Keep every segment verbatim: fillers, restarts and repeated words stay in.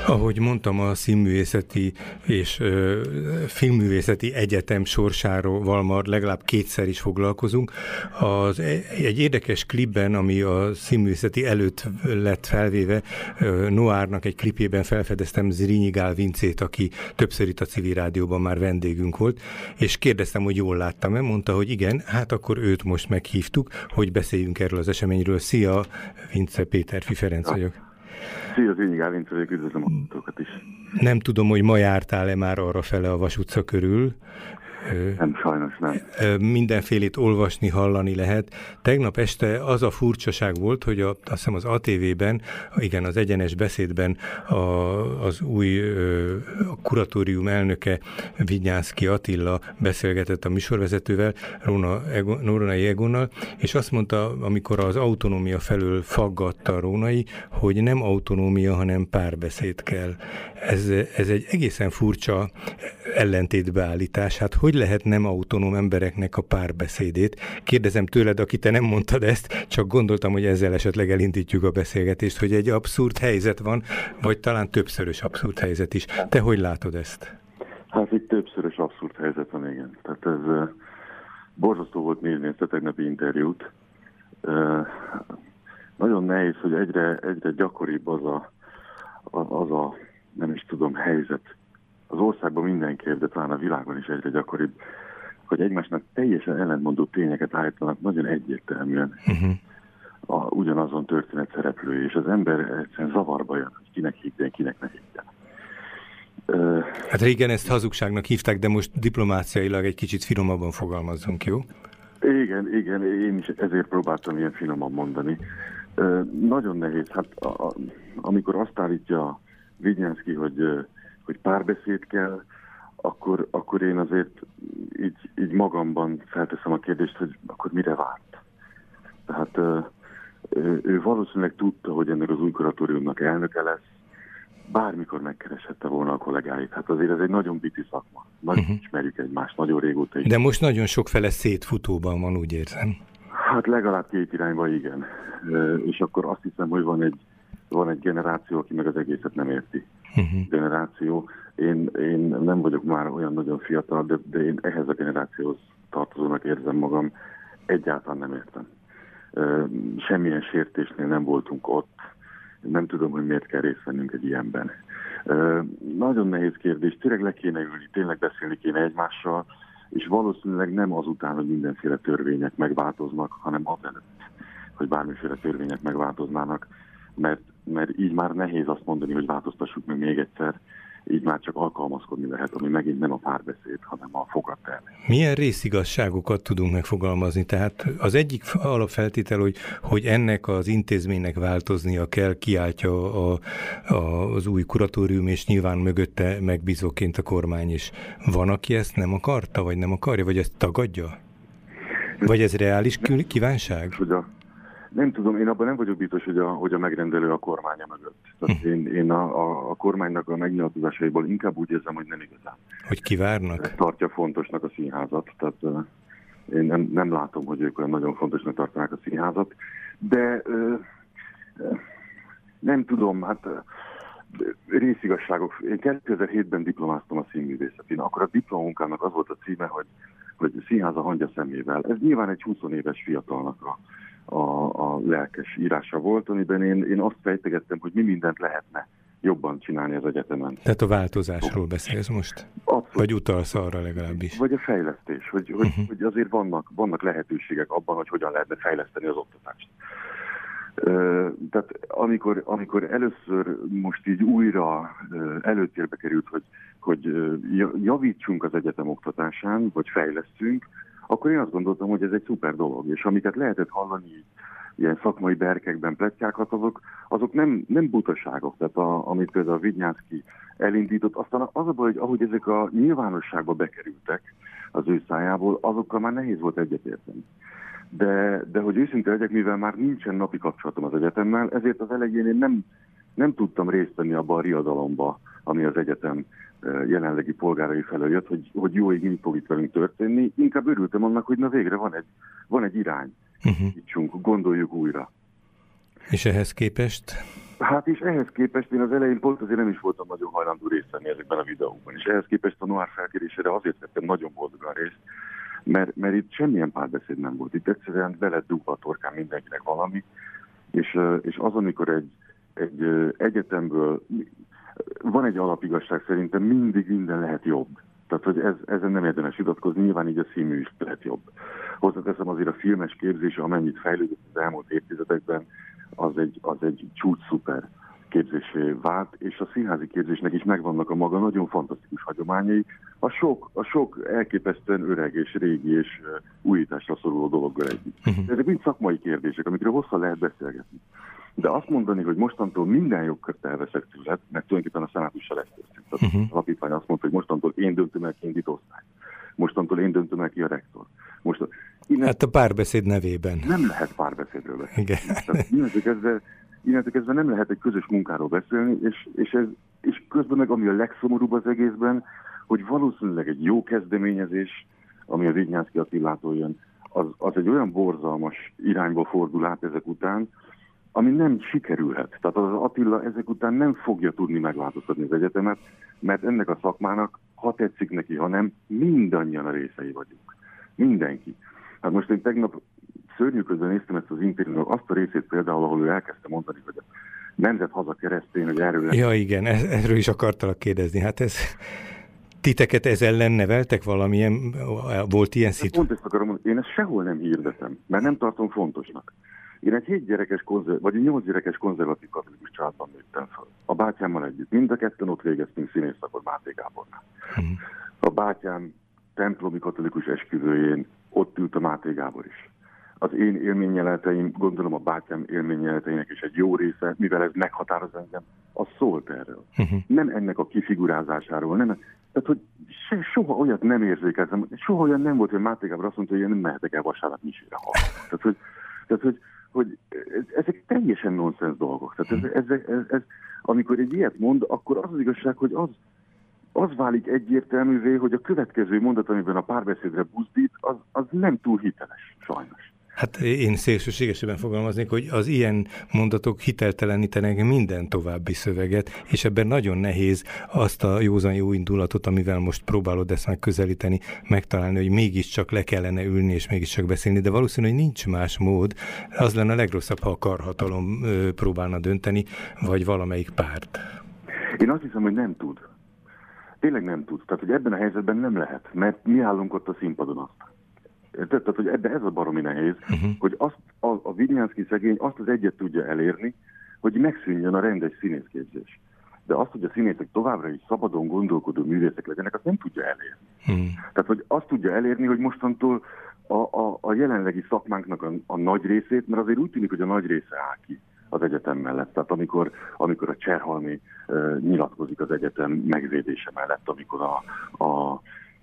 Ahogy mondtam, a Színművészeti és ö, Filmművészeti Egyetem sorsáról már legalább kétszer is foglalkozunk. Az, egy érdekes klipben, ami a Színművészeti előtt lett felvéve, ö, Noárnak egy klipjében felfedeztem Zrínyi Gál Vincét, aki többször itt a Civil Rádióban már vendégünk volt, és kérdeztem, hogy jól láttam-e, mondta, hogy igen, hát akkor őt most meghívtuk, hogy beszéljünk erről az eseményről. Szia, Vince, Péterfi Ferenc vagyok. Szia, Zrínyi Gál Vince vagyok, üdvözlöm a hallgatókat is. Nem tudom, hogy ma jártál-e már arra fele a Vas utca körül. Nem, sajnos nem. Mindenfélét olvasni, hallani lehet. Tegnap este az a furcsaság volt, hogy a, azt hiszem az á té vében, igen, az Egyenes Beszédben a, az új a kuratórium elnöke Vidnyánszky Attila beszélgetett a műsorvezetővel, Róna Egon, Rónai Egonnal, és azt mondta, amikor az autonómia felől faggatta Rónai, hogy nem autonómia, hanem párbeszéd kell. Ez, ez egy egészen furcsa ellentétbeállítás. Hát hogy lehet nem autonóm embereknek a párbeszédét? Kérdezem tőled, aki te nem mondtad ezt, csak gondoltam, hogy ezzel esetleg elindítjuk a beszélgetést, hogy egy abszurd helyzet van, vagy talán többszörös abszurd helyzet is. Te hogy látod ezt? Hát egy többszörös abszurd helyzet van, igen. Tehát ez uh, borzasztó volt nézni ezt a tegnapi interjút. Uh, nagyon nehéz, hogy egyre, egyre gyakoribb az a, az a, nem is tudom, helyzet. Az országban mindenképp, de talán a világon is egyre gyakoribb, hogy egymásnak teljesen ellentmondó tényeket állítanak nagyon egyértelműen uh-huh. a, ugyanazon történet szereplői, és az ember egyszerűen zavarba jön, hogy kinek higgyen, kinek ne higgyen. Uh, hát régen ezt hazugságnak hívták, de most diplomáciailag egy kicsit finomabban fogalmazzunk, jó? Igen, igen, én is ezért próbáltam ilyen finoman mondani. Uh, nagyon nehéz, hát a, a, amikor azt állítja Vidnyánszky, hogy uh, hogy párbeszéd kell, akkor, akkor én azért így, így magamban felteszem a kérdést, hogy akkor mire várt. Tehát ő, ő valószínűleg tudta, hogy ennek az új kuratóriumnak elnöke lesz, bármikor megkereshette volna a kollégáit. Hát azért ez egy nagyon biti szakma. Nagyon uh-huh. ismerjük egymást, nagyon régóta is. De most nagyon sokfele szétfutóban van, úgy érzem. Hát legalább két irányba igen. És akkor azt hiszem, hogy van egy, van egy generáció, aki meg az egészet nem érti. Uh-huh. Generáció. Én, én nem vagyok már olyan nagyon fiatal, de, de én ehhez a generációhoz tartozónak érzem magam. Egyáltalán nem értem. Semmilyen sértésnél nem voltunk ott. Nem tudom, hogy miért kell részt vennünk egy ilyenben. Nagyon nehéz kérdés. Tényleg le kéne ülni, tényleg beszélni kéne egymással, és valószínűleg nem azután, hogy mindenféle törvények megváltoznak, hanem azelőtt, hogy bármiféle törvények megváltoznának, mert, mert így már nehéz azt mondani, hogy változtassuk meg még egyszer, így már csak alkalmazkodni lehet, ami megint nem a párbeszéd, hanem a fogadtermék. Milyen részigazságokat tudunk megfogalmazni? Tehát az egyik alapfeltétel, hogy, hogy ennek az intézménynek változnia kell, kiáltja a, a, az új kuratórium, és nyilván mögötte megbízóként a kormány is. Van, aki ezt nem akarta, vagy nem akarja, vagy ezt tagadja? Vagy ez reális kívánság? Nem tudom, én abban nem vagyok biztos, hogy a, hogy a megrendelő a kormánya mögött. Tehát én, én a, a, a kormánynak a megnyilatkozásaiból inkább úgy érzem, hogy nem igazán. Hogy kivárnak? Tartja fontosnak a színházat. Tehát uh, én nem, nem látom, hogy ők olyan nagyon fontosnak tartanák a színházat. De uh, uh, nem tudom, hát uh, részigazságok. Én kétezer-hétben diplomáztam a színművészetén. Akkor a diplomunkának az volt a címe, hogy, hogy színház a hangya szemével. Ez nyilván egy húsz éves fiatalnak a A, a lelkes írása volt, amiben én, én azt fejtegettem, hogy mi mindent lehetne jobban csinálni az egyetemen. Tehát a változásról beszélsz most? Abszolút. Vagy utalsz arra legalábbis? Vagy a fejlesztés, hogy, hogy, uh-huh. hogy azért vannak, vannak lehetőségek abban, hogy hogyan lehetne fejleszteni az oktatást. Uh, tehát amikor, amikor először most így újra uh, előtérbe került, hogy, hogy uh, javítsunk az egyetem oktatásán, vagy fejlesztünk, akkor én azt gondoltam, hogy ez egy szuper dolog, és amiket lehetett hallani ilyen szakmai berkekben, pletykákat, azok, azok nem, nem butaságok, tehát a, amit például Vidnyánszky elindított, aztán az a baj, hogy ahogy ezek a nyilvánosságba bekerültek az ő szájából, azokkal már nehéz volt egyetérteni. De, de hogy őszinte legyek, mivel már nincsen napi kapcsolatom az egyetemmel, ezért az elején én nem, nem tudtam részt venni abba a riadalomba, ami az egyetem jelenlegi polgárai felől jött, hogy, hogy jó ég, mi fog itt velünk történni. Inkább örültem annak, hogy na végre van egy, van egy irány. Uh-huh. Ítsunk, gondoljuk újra. És ehhez képest? Hát és ehhez képest én az elején pont azért nem is voltam nagyon hajlandó részt venni ezekben a videókban, és ehhez képest a Noir felkérésére azért vettem nagyon boldogan részt, mert, mert itt semmilyen párbeszéd nem volt. Itt egyszerűen be lett dugva a torkán mindenkinek valami, és, és az, amikor egy, egy egyetemből van egy alapigazság szerintem, mindig minden lehet jobb. Tehát, hogy ez, ezen nem érdemes vitatkozni, nyilván így a színmű is lehet jobb. Hozzáteszem azért a filmes képzés, amennyit fejlődött az elmúlt évtizedekben, az egy, az egy csúcs szuper képzésé vált, és a színházi képzésnek is megvannak a maga nagyon fantasztikus hagyományai, a sok, a sok elképesztően öreg és régi és uh, újításra szoruló dologgal együtt. Uh-huh. Ezek mind szakmai kérdések, amikről hosszan lehet beszélgetni. De azt mondani, hogy mostantól minden jogkört elveszek tőled, mert tulajdonképpen a szenátussal ezt történt. Uh-huh. Az alapítvány azt mondta, hogy mostantól én döntöm el ki indítóosztály. Mostantól én döntöm el ki a rektor. Most, innen... Hát a párbeszéd nevében. Nem lehet párbeszédről beszélni. Innentől kezdve, innentől kezdve nem lehet egy közös munkáról beszélni, és, és, ez, és közben meg ami a legszomorúbb az egészben, hogy valószínűleg egy jó kezdeményezés, ami a Vidnyánszky Attilától jön, az, az egy olyan borzalmas irányba fordul át ezek után, ami nem sikerülhet. Tehát az Attila ezek után nem fogja tudni megváltoztatni az egyetemet, mert ennek a szakmának, ha tetszik neki, ha nem, mindannyian a részei vagyunk. Mindenki. Hát most én tegnap szörnyű közben néztem ezt az interjúnak, azt a részét például, ahol ő elkezdte mondani, hogy a nemzet haza keresztény, hogy erről... Lesz. Ja igen, erről is akartalak kérdezni. Hát ez... Titeket ez ellen neveltek valamilyen, volt ilyen szitu? Pont ezt akarom mondani, én ezt sehol nem hirdetem, mert nem tartom fontosnak. Én egy hét gyerekes, konzerv, vagy egy nyolc gyerekes konzervatív katolikus családban nőttem fel. A bátyámmal együtt. Mind a ketten ott végeztünk színészszakot Máté Gábornál. Uh-huh. A bátyám templomi katolikus esküvőjén ott ült a Máté Gábor is. Az én élményjeleneteim, gondolom a bátyám élményjeleneteinek is egy jó része, mivel ez meghatároz engem, az szólt erről. Uh-huh. Nem ennek a kifigurázásáról, nem. Tehát, hogy se, soha olyat nem érzékeltem, soha olyan nem volt, hogy Máté Gábor azt mondta, hogy én nem mehetek el vasárnap misére hallani. Tehát, hogy, tehát, hogy hogy ezek teljesen nonsens dolgok. Tehát ez, ez, ez, ez, amikor egy ilyet mond, akkor az az igazság, hogy az, az válik egyértelművé, hogy a következő mondat, amiben a párbeszédre buzdít, az, az nem túl hiteles, sajnos. Hát én szélsőségesebben fogalmaznék, hogy az ilyen mondatok hiteltelenítenek minden további szöveget, és ebben nagyon nehéz azt a józan jó indulatot, amivel most próbálod ezt megközelíteni, megtalálni, hogy mégiscsak le kellene ülni, és mégiscsak beszélni, de valószínűleg nincs más mód. Az lenne a legrosszabb, ha a karhatalom próbálna dönteni, vagy valamelyik párt. Én azt hiszem, hogy nem tud. Tényleg nem tud. Tehát, hogy ebben a helyzetben nem lehet, mert mi állunk ott a színpadon azt. Tehát, hogy ebben ez a baromi nehéz, uh-huh. hogy azt, a, a Vidnyánszky szegény azt az egyet tudja elérni, hogy megszűnjön a rendes színészképzés. De azt, hogy a színészek továbbra is szabadon gondolkodó művészek legyenek, azt nem tudja elérni. Uh-huh. Tehát, hogy azt tudja elérni, hogy mostantól a, a, a jelenlegi szakmánknak a, a nagy részét, mert azért úgy tűnik, hogy a nagy része áll ki az egyetem mellett. Tehát amikor, amikor a Cserhalmi uh, nyilatkozik az egyetem megvédése mellett, amikor a, a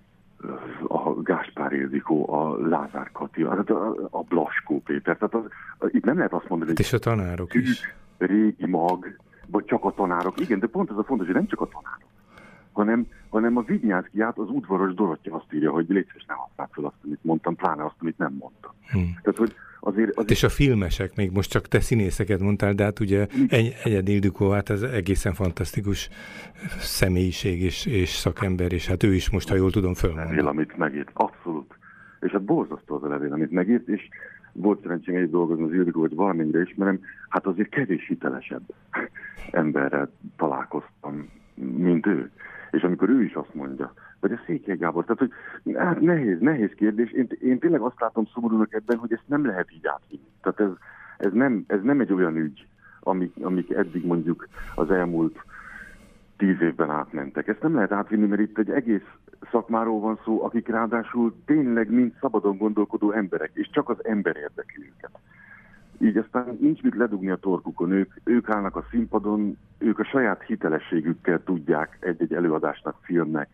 a Gáspár Ildikó, a Lázár Kati, a, a, a Blaskó Péter. Tehát az, az, itt nem lehet azt mondani, hogy... És a tanárok tűk, is. Régi mag, vagy csak a tanárok. Igen, de pont ez a fontos, hogy nem csak a tanárok, hanem, hanem a Vidnyánszkyját az udvaros Dorottya azt írja, hogy légy szíves, ne használd fel azt, amit mondtam, pláne azt, amit nem mondtam. Hmm. Tehát, hogy azért, azért... És a filmesek, még most csak te színészeket mondtál, de hát ugye egy, Egyed Ildikó, hát ez egészen fantasztikus személyiség és, és szakember, és hát ő is most, ha jól tudom, fölmondani. Levél, amit megírt, abszolút. És hát borzasztó az a levél, amit megírt, és volt szerencsém egy dolgozni az Ildikó, hogy valamennyire ismerem, hát azért kevés hitelesebb emberrel találkoztam, mint ő. És amikor ő is azt mondja, vagy a Székely Gábor, tehát hogy hát nehéz, nehéz kérdés. Én, én tényleg azt látom szomorúnak ebben, hogy ezt nem lehet így átvinni. Tehát ez, ez, nem, ez nem egy olyan ügy, amik, amik eddig mondjuk az elmúlt tíz évben átmentek. Ezt nem lehet átvinni, mert itt egy egész szakmáról van szó, akik ráadásul tényleg mind szabadon gondolkodó emberek, és csak az ember érdekli őket. Így aztán nincs mit ledugni a torkukon, ők, ők állnak a színpadon, ők a saját hitelességükkel tudják egy-egy előadásnak, filmnek,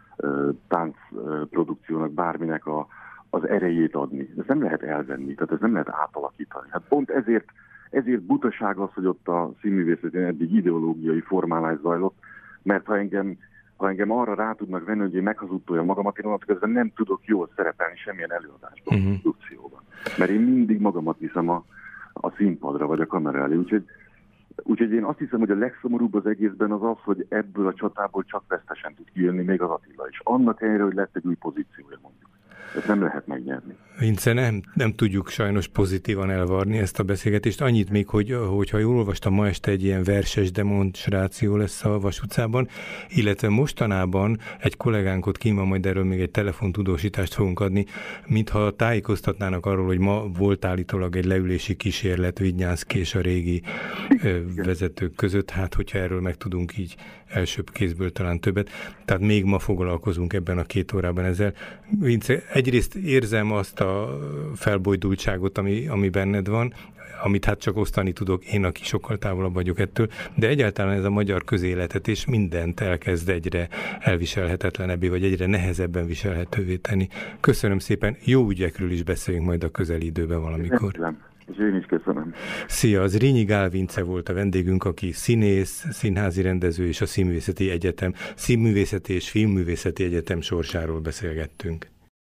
táncprodukciónak, bárminek a, az erejét adni. Ezt nem lehet elvenni, tehát ezt nem lehet átalakítani. Hát pont ezért, ezért butaság az, hogy ott a színművészetén eddig ideológiai formálás zajlott, mert ha engem, ha engem arra rá tudnak venni, hogy én meghazudtoljam magamat, én onnantól kezdve nem tudok jól szerepelni semmilyen előadásban, uh-huh. produkcióban. Mert én mindig magamat viszem a, a színpadra, vagy a kamera elé. Úgyhogy Úgyhogy én azt hiszem, hogy a legszomorúbb az egészben az az, hogy ebből a csatából csak vesztesen tud kijönni még az Attila is. Annak helyre, hogy lett egy új pozíciója, mondjuk. Ezt nem lehet megnyerni. Vince, nem, nem tudjuk sajnos pozitívan elvarni ezt a beszélgetést. Annyit még, hogy, hogy ha jól olvastam, ma este egy ilyen verses demonstráció lesz a Vas utcában, illetve mostanában egy kollégánkot kíván, majd erről még egy telefontudósítást fogunk adni, mintha tájékoztatnának arról, hogy ma volt állítólag egy leülési kísérlet Vidnyánszky és a régi ö, vezetők között, hát hogyha erről meg tudunk így elsőbb kézből talán többet. Tehát még ma foglalkozunk ebben a két órában ezzel. Vince, egyrészt érzem azt a felbojdultságot, ami, ami benned van, amit hát csak osztani tudok én, aki sokkal távolabb vagyok ettől, de egyáltalán ez a magyar közéletet és mindent elkezd egyre elviselhetetlenebbé, vagy egyre nehezebben viselhetővé tenni. Köszönöm szépen, jó ügyekről is beszéljünk majd a közeli időben valamikor. Köszönöm. És én is köszönöm. Szia, az Rényi Gál Vince volt a vendégünk, aki színész, színházi rendező és a Színművészeti Egyetem, Színművészeti és Filmművészeti Egyetem sorsáról beszélgettünk.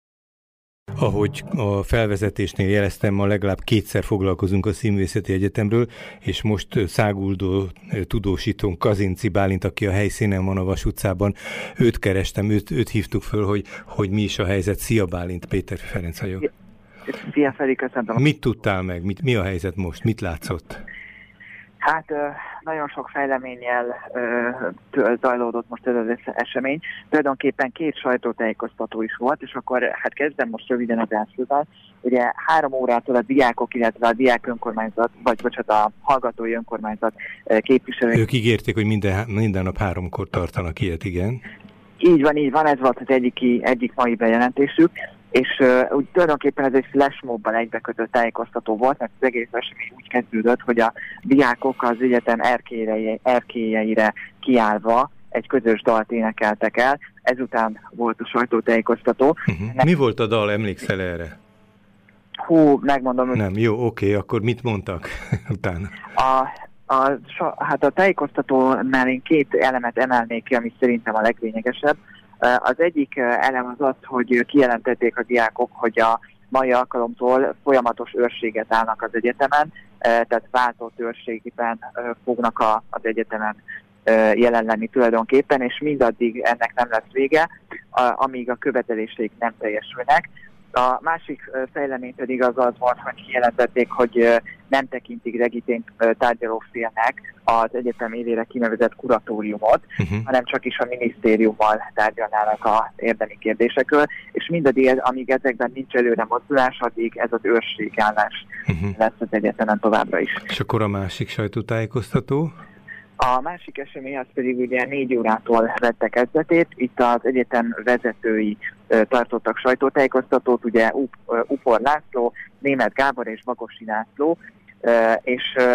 Ahogy a felvezetésnél jeleztem, ma legalább kétszer foglalkozunk a Színművészeti Egyetemről, és most száguldó tudósítónk Kazinczy Bálint, aki a helyszínen van a Vas utcában. Őt kerestem, őt, őt hívtuk föl, hogy, hogy mi is a helyzet. Szia Bálint, Péter Ferenc vagyok. Szia Feri, köszöntöm. Mit tudtál meg? Mit, mi a helyzet most? Mit látszott? Hát nagyon sok fejleménnyel zajlódott most ez az esemény. Tulajdonképpen két sajtótájékoztató is volt, és akkor hát kezdem most röviden az elsővel. Ugye három órától a diákok, illetve a diák önkormányzat, vagy bocsánat, a hallgatói önkormányzat képviselők. Ők ígérték, hogy minden, minden nap háromkor tartanak ilyet, igen? Így van, így van, ez volt az egyik, egyik mai bejelentésük. És uh, úgy tulajdonképpen ez egy flashmobban egybekötött tájékoztató volt, mert az egész esemény úgy kezdődött, hogy a diákok az egyetem erkélyeire kiállva egy közös dalt énekeltek el, ezután volt a sajtótájékoztató. Uh-huh. Mi volt a dal, emlékszel erre? Hú, megmondom. Nem, jó, oké, akkor mit mondtak utána? A, a, hát a tájékoztatónál én két elemet emelnék ki, ami szerintem a leglényegesebb. Az egyik elem az az, hogy kijelentették a diákok, hogy a mai alkalomtól folyamatos őrséget állnak az egyetemen, tehát váltott őrségben fognak a, az egyetemen jelen lenni tulajdonképpen, és mindaddig ennek nem lesz vége, amíg a követeléseik nem teljesülnek. A másik fejlemény pedig az az volt, hogy kijelentették, hogy nem tekintik legitim tárgyalófélnek az egyetem élére kinevezett kuratóriumot, uh-huh. hanem csak is a minisztériummal tárgyalnának az érdemi kérdésekről, és mindaddig, amíg ezekben nincs előre mozdulás, addig ez az őrségállás uh-huh. lesz az egyetemen továbbra is. És akkor a másik sajtótájékoztató? A másik esemény az pedig ugye négy órától vette kezdetét. Itt az egyetem vezetői uh, tartottak sajtótájékoztatót, ugye Up- Upor László, Németh Gábor és Bagosi László, uh, és uh,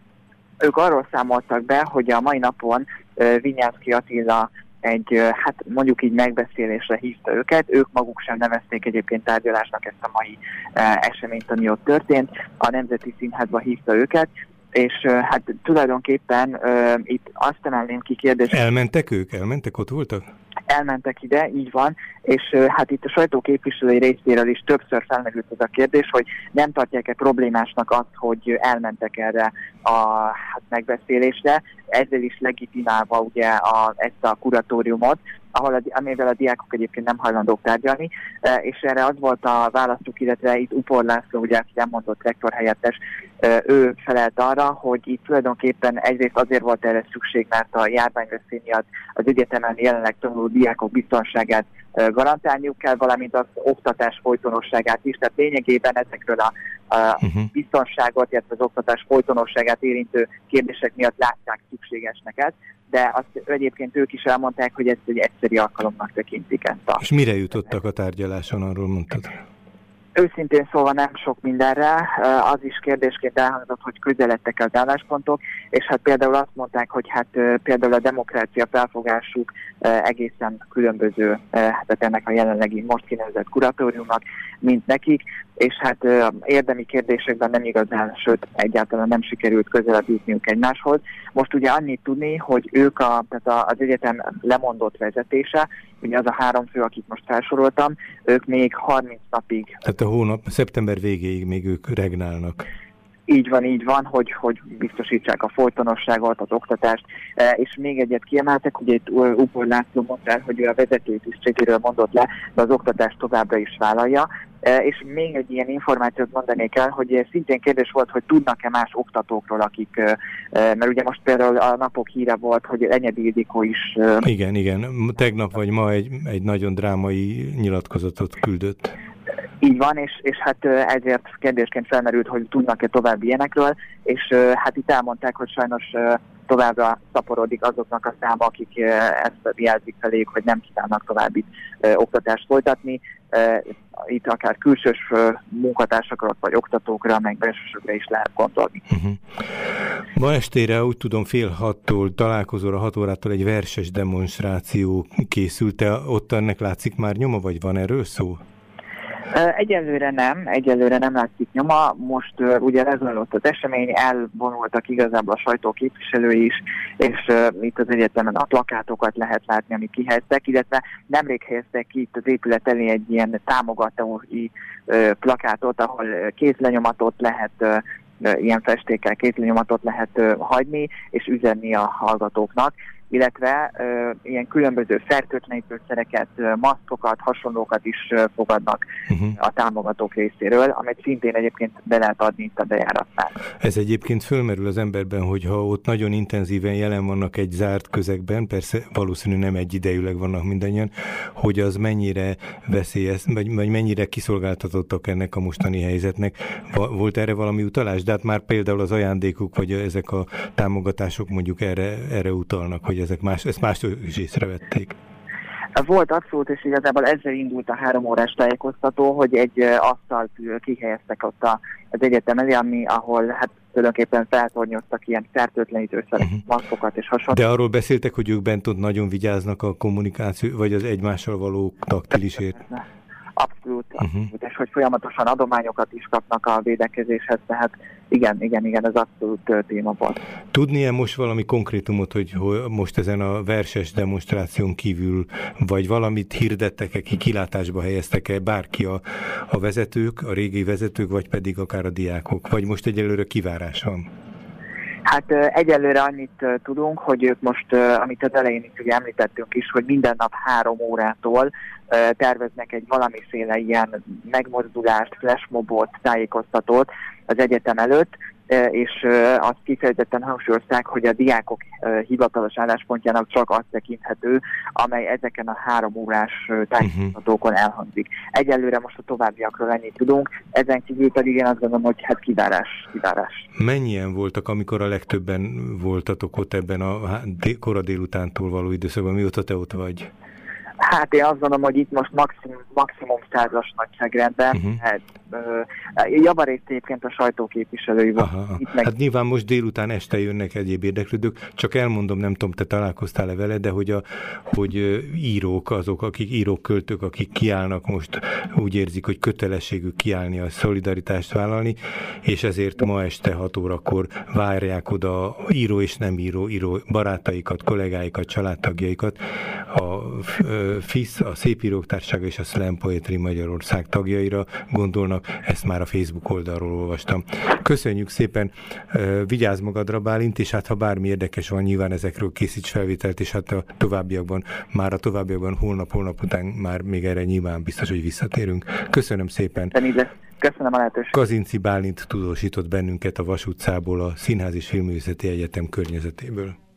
ők arról számoltak be, hogy a mai napon uh, Vidnyánszky Attila egy, uh, hát mondjuk így megbeszélésre hívta őket, ők maguk sem nevezték egyébként tárgyalásnak ezt a mai uh, eseményt, ami ott történt, a Nemzeti Színházba hívta őket, és uh, hát tulajdonképpen uh, itt azt emelném ki kérdést. Elmentek ők? Elmentek? Ott voltak? Elmentek ide, így van, és uh, hát itt a sajtóképviselői részéről is többször felmerült ez a kérdés, hogy nem tartják-e problémásnak azt, hogy elmentek erre a hát, megbeszélésre, ezzel is legitimálva ugye a, ezt a kuratóriumot, ahol a, amivel a diákok egyébként nem hajlandók tárgyalni, és erre az volt a választuk, illetve itt Upor László, ugye, aki nem mondott rektor helyettes, ő felelt arra, hogy itt tulajdonképpen egyrészt azért volt erre szükség, mert a járványveszély miatt az egyetemen jelenleg tanuló diákok biztonságát garantálniuk kell, valamint az oktatás folytonosságát is, tehát lényegében ezekről a, a uh-huh. biztonságot, illetve az oktatás folytonosságát érintő kérdések miatt látták szükségesnek ezt, de azt egyébként ők is elmondták, hogy ezt egy egyszeri alkalomnak tekintik ezt a... És mire jutottak a tárgyaláson, arról mondtad? Őszintén szólva nem sok mindenre, az is kérdésként elhangzott, hogy közeledtek az álláspontok, és hát például azt mondták, hogy hát például a demokrácia felfogásuk egészen különböző, hát ennek a jelenlegi most kinevezett kuratóriumnak, mint nekik, és hát érdemi kérdésekben nem igazán, sőt egyáltalán nem sikerült közelebb jutniuk egymáshoz. Most ugye annyit tudni, hogy ők a, tehát az egyetem lemondott vezetése, ugye az a három fő, akit most felsoroltam, ők még harminc napig... Tehát a hónap, szeptember végéig még ők regnálnak. Így van, így van, hogy, hogy biztosítsák a folytonosságot, az oktatást, és még egyet kiemeltek, ugye itt Upor László mondta el, hogy ő a vezetői tisztségéről mondott le, de az oktatást továbbra is vállalja. És még egy ilyen információt mondanék el, hogy szintén kérdés volt, hogy tudnak-e más oktatókról, akik, mert ugye most például a napok híre volt, hogy Enyedi Ildikó is... Igen, igen. Tegnap vagy ma egy, egy nagyon drámai nyilatkozatot küldött. Így van, és, és hát ezért kérdésként felmerült, hogy tudnak-e további ilyenekről, és hát itt elmondták, hogy sajnos továbbra szaporodik azoknak a száma, akik ezt jelzik feléjük, hogy nem kívánnak további oktatást folytatni. Itt akár külsős munkatársakra, vagy oktatókra, meg belsősökre is lehet gondolni. Uh-huh. Ma estére, úgy tudom, fél hattól találkozóra, hat órától egy verses demonstráció készült. Ott ennek látszik már nyoma, vagy van erről szó? Egyelőre nem, egyelőre nem látszik nyoma. Most uh, ugye lezajlott az esemény, elvonultak igazából a sajtóképviselői is, és uh, itt az egyetemen a plakátokat lehet látni, amik kihelyeztek, illetve nemrég helyeztek ki itt az épület elé egy ilyen támogatói uh, plakátot, ahol kézlenyomatot lehet uh, ilyen festékkel kézlenyomatot lehet uh, hagyni, és üzenni a hallgatóknak, illetve uh, ilyen különböző fertőtlenítőszereket, uh, maszkokat, hasonlókat is uh, fogadnak uh-huh. a támogatók részéről, amit szintén egyébként be lehet adni itt a bejáratnál. Ez egyébként fölmerül az emberben, hogy ha ott nagyon intenzíven jelen vannak egy zárt közegben, persze valószínű nem egyidejűleg vannak mindannyian, hogy az mennyire veszélyes, vagy, vagy mennyire kiszolgáltatottak ennek a mostani helyzetnek. Volt erre valami utalás? De hát már például az ajándékok, vagy ezek a támogatások mondjuk erre, erre utalnak, hogy ezek más, ezt mástól is észrevették. Volt abszolút, és igazából ezzel indult a három órás tájékoztató, hogy egy asztalt kihelyeztek ott az egyetem elé, ami, ahol hát tulajdonképpen feltornyoztak ilyen fertőtlenítőszerek, uh-huh. maszkokat és hasonló. De arról beszéltek, hogy ők bent ott nagyon vigyáznak a kommunikáció, vagy az egymással való taktilisért? Abszolút, abszolút. Uh-huh. És hogy folyamatosan adományokat is kapnak a védekezéshez, tehát igen, igen, igen, ez abszolút téma volt. Tudnia most valami konkrétumot, hogy most ezen a verses demonstráción kívül, vagy valamit hirdettek-e, ki kilátásba helyeztek-e bárki a, a vezetők, a régi vezetők, vagy pedig akár a diákok, vagy most egyelőre kivárás van? Hát egyelőre annyit tudunk, hogy ők most, amit az elején is ugye említettünk is, hogy minden nap három órától terveznek egy valamiféle ilyen megmozdulást, flashmobot, tájékoztatót az egyetem előtt, és azt kifejezetten hangsúlyozták, hogy a diákok hivatalos álláspontjának csak az tekinthető, amely ezeken a három órás tájékoztatókon elhangzik. Egyelőre most a továbbiakról ennyit tudunk, ezen kívül pedig én azt gondolom, hogy hát kivárás, kivárás. Mennyien voltak, amikor a legtöbben voltatok ott ebben a kora délutántól való időszakban? Mióta te ott vagy? Hát én azt gondolom, hogy itt most maximum, maximum százas nagyságrendben. Uh-huh. Hát, uh, javarészt egyébként a sajtóképviselői volt. Meg... Hát nyilván most délután este jönnek egyéb érdeklődők, csak elmondom, nem tudom, te találkoztál-e vele, de hogy, a, hogy írók, azok, akik írók, költők, akik kiállnak most, úgy érzik, hogy kötelességük kiállni, a szolidaritást vállalni, és ezért ma este hat órakor várják oda író és nem író, író barátaikat, kollégáikat, családtagjaikat, a FISZ, a Szépírók Társasága és a Slam Poetry Magyarország tagjaira gondolnak, ezt már a Facebook oldalról olvastam. Köszönjük szépen, vigyázz magadra, Bálint, és hát ha bármi érdekes van, nyilván ezekről készíts felvételt, és hát a továbbiakban, már a továbbiakban holnap, holnap után már még erre nyilván biztos, hogy visszatérünk. Köszönöm szépen. Köszönöm a lehetőséget. Kazinczy Bálint tudósított bennünket a Vas utcából, a Színház és Filmművészeti Egyetem környezetéből.